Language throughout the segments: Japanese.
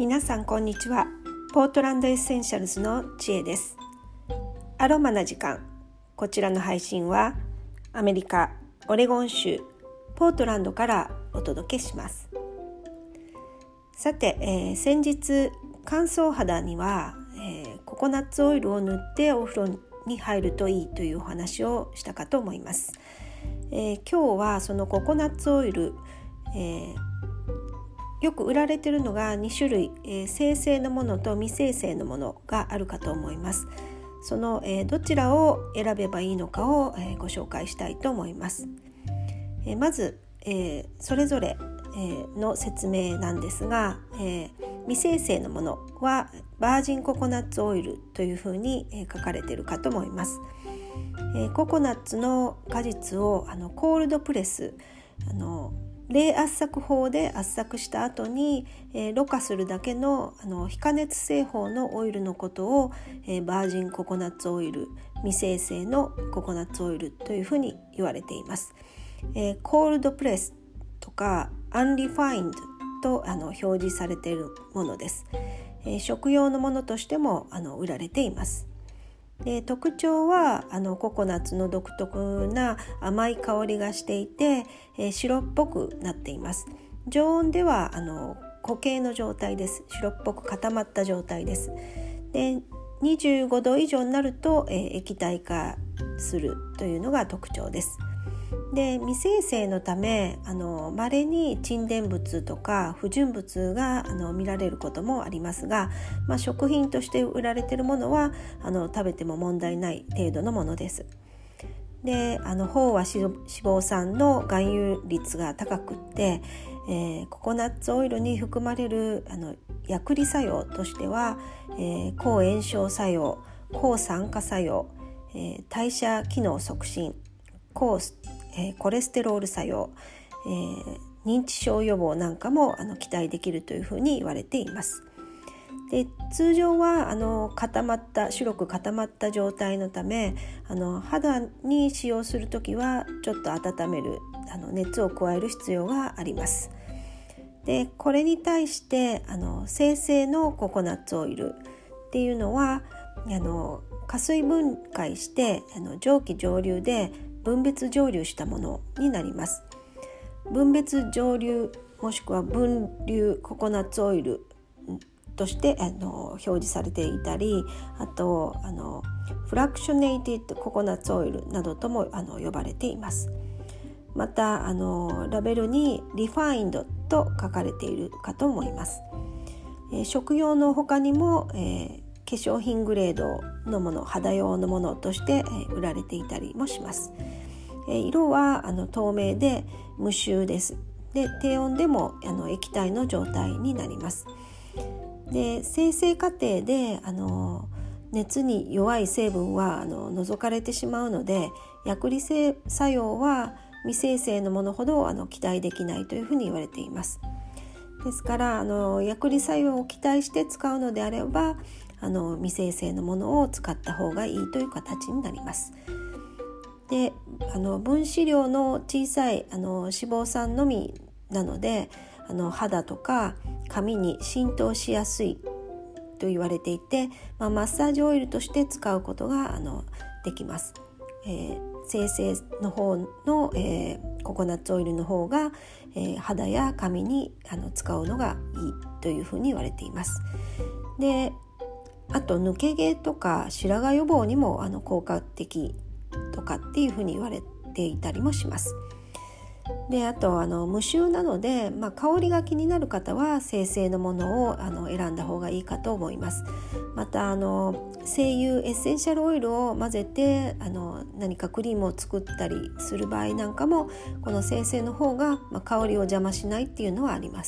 皆さんこんにちは。ポートランドエッセンシャルズの知恵です。アロマな時間。こちらの配信はアメリカオレゴン州ポートランドからお届けします。さて、先日乾燥肌には、ココナッツオイルを塗ってお風呂に入るといいというお話をしたかと思います。今日はそのココナッツオイル、よく売られているのが2種類、精製のものと未精製のものがあるかと思います。その、どちらを選べばいいのかを、ご紹介したいと思います。まず、それぞれ、の説明なんですが、未精製のものはバージンココナッツオイルというふうに、書かれているかと思います。ココナッツの果実をコールドプレス、冷圧搾法で圧搾した後に、ろ過するだけの、非加熱製法のオイルのことを、バージンココナッツオイル、未精製のココナッツオイルというふうに言われています。コールドプレスとかアンリファインドと表示されているものです。食用のものとしても売られています。で、特徴はココナッツの独特な甘い香りがしていて、白っぽくなっています。常温では固形の状態です。白っぽく固まった状態です。で、25度以上になると、液体化するというのが特徴です。で、未精製のため稀に沈殿物とか不純物が見られることもありますが、食品として売られているものは食べても問題ない程度のものです。で、飽和脂肪酸の含有率が高くって、ココナッツオイルに含まれる薬理作用としては、抗炎症作用、抗酸化作用、代謝機能促進、コレステロール作用、認知症予防なんかも期待できるというふうに言われています。で、通常は白く固まった状態のため肌に使用するときはちょっと温める熱を加える必要があります。で、これに対して精製のココナッツオイルっていうのは加水分解して蒸気蒸留で分別蒸留したものになります。分別蒸留もしくは分流ココナッツオイルとして表示されていたり、あとフラクショネイティッドココナッツオイルなどとも呼ばれています。またラベルにリファインドと書かれているかと思います。食用の他にも、化粧品グレードのもの、肌用のものとして売られていたりもします。色は透明で無臭です。で、低温でも液体の状態になります。で、生成過程で熱に弱い成分は除かれてしまうので、薬理性作用は未精製のものほど期待できないというふうに言われています。ですから薬理作用を期待して使うのであれば未精製のものを使った方がいいという形になります。で、分子量の小さい脂肪酸のみなので肌とか髪に浸透しやすいと言われていて、マッサージオイルとして使うことができます。精製の方の、ココナッツオイルの方が、肌や髪に使うのがいいというふうに言われています。で、あと抜け毛とか白髪予防にも効果的とかっていうふうに言われていたりもします。で、あと無臭なので、香りが気になる方は精製のものを選んだ方がいいかと思います。また精油エッセンシャルオイルを混ぜて何かクリームを作ったりする場合なんかもこの精製の方が、香りを邪魔しないっていうのはあります。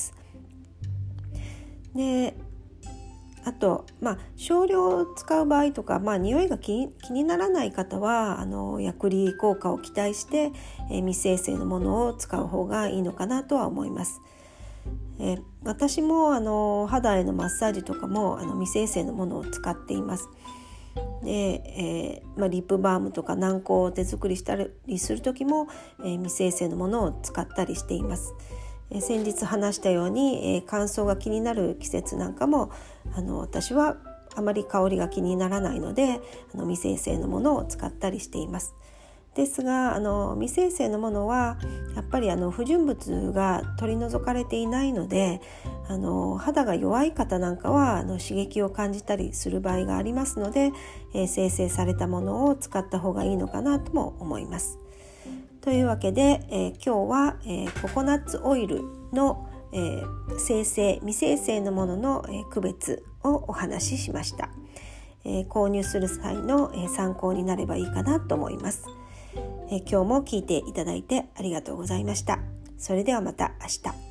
で、あと、少量使う場合とか、匂いが気にならない方は薬理効果を期待して、未精製のものを使う方がいいのかなとは思います。私も肌へのマッサージとかも未精製のものを使っています。で、リップバームとか軟膏を手作りしたりする時も、未精製のものを使ったりしています。 先日話したように、乾燥が気になる季節なんかも私はあまり香りが気にならないので未精製のものを使ったりしています。ですが未精製のものはやっぱり不純物が取り除かれていないので肌が弱い方なんかは刺激を感じたりする場合がありますので、精製されたものを使った方がいいのかなとも思います。というわけで、今日は、ココナッツオイルの、精製未精製のものの、区別をお話ししました。購入する際の、参考になればいいかなと思います。今日も聞いていただいてありがとうございました。それではまた明日。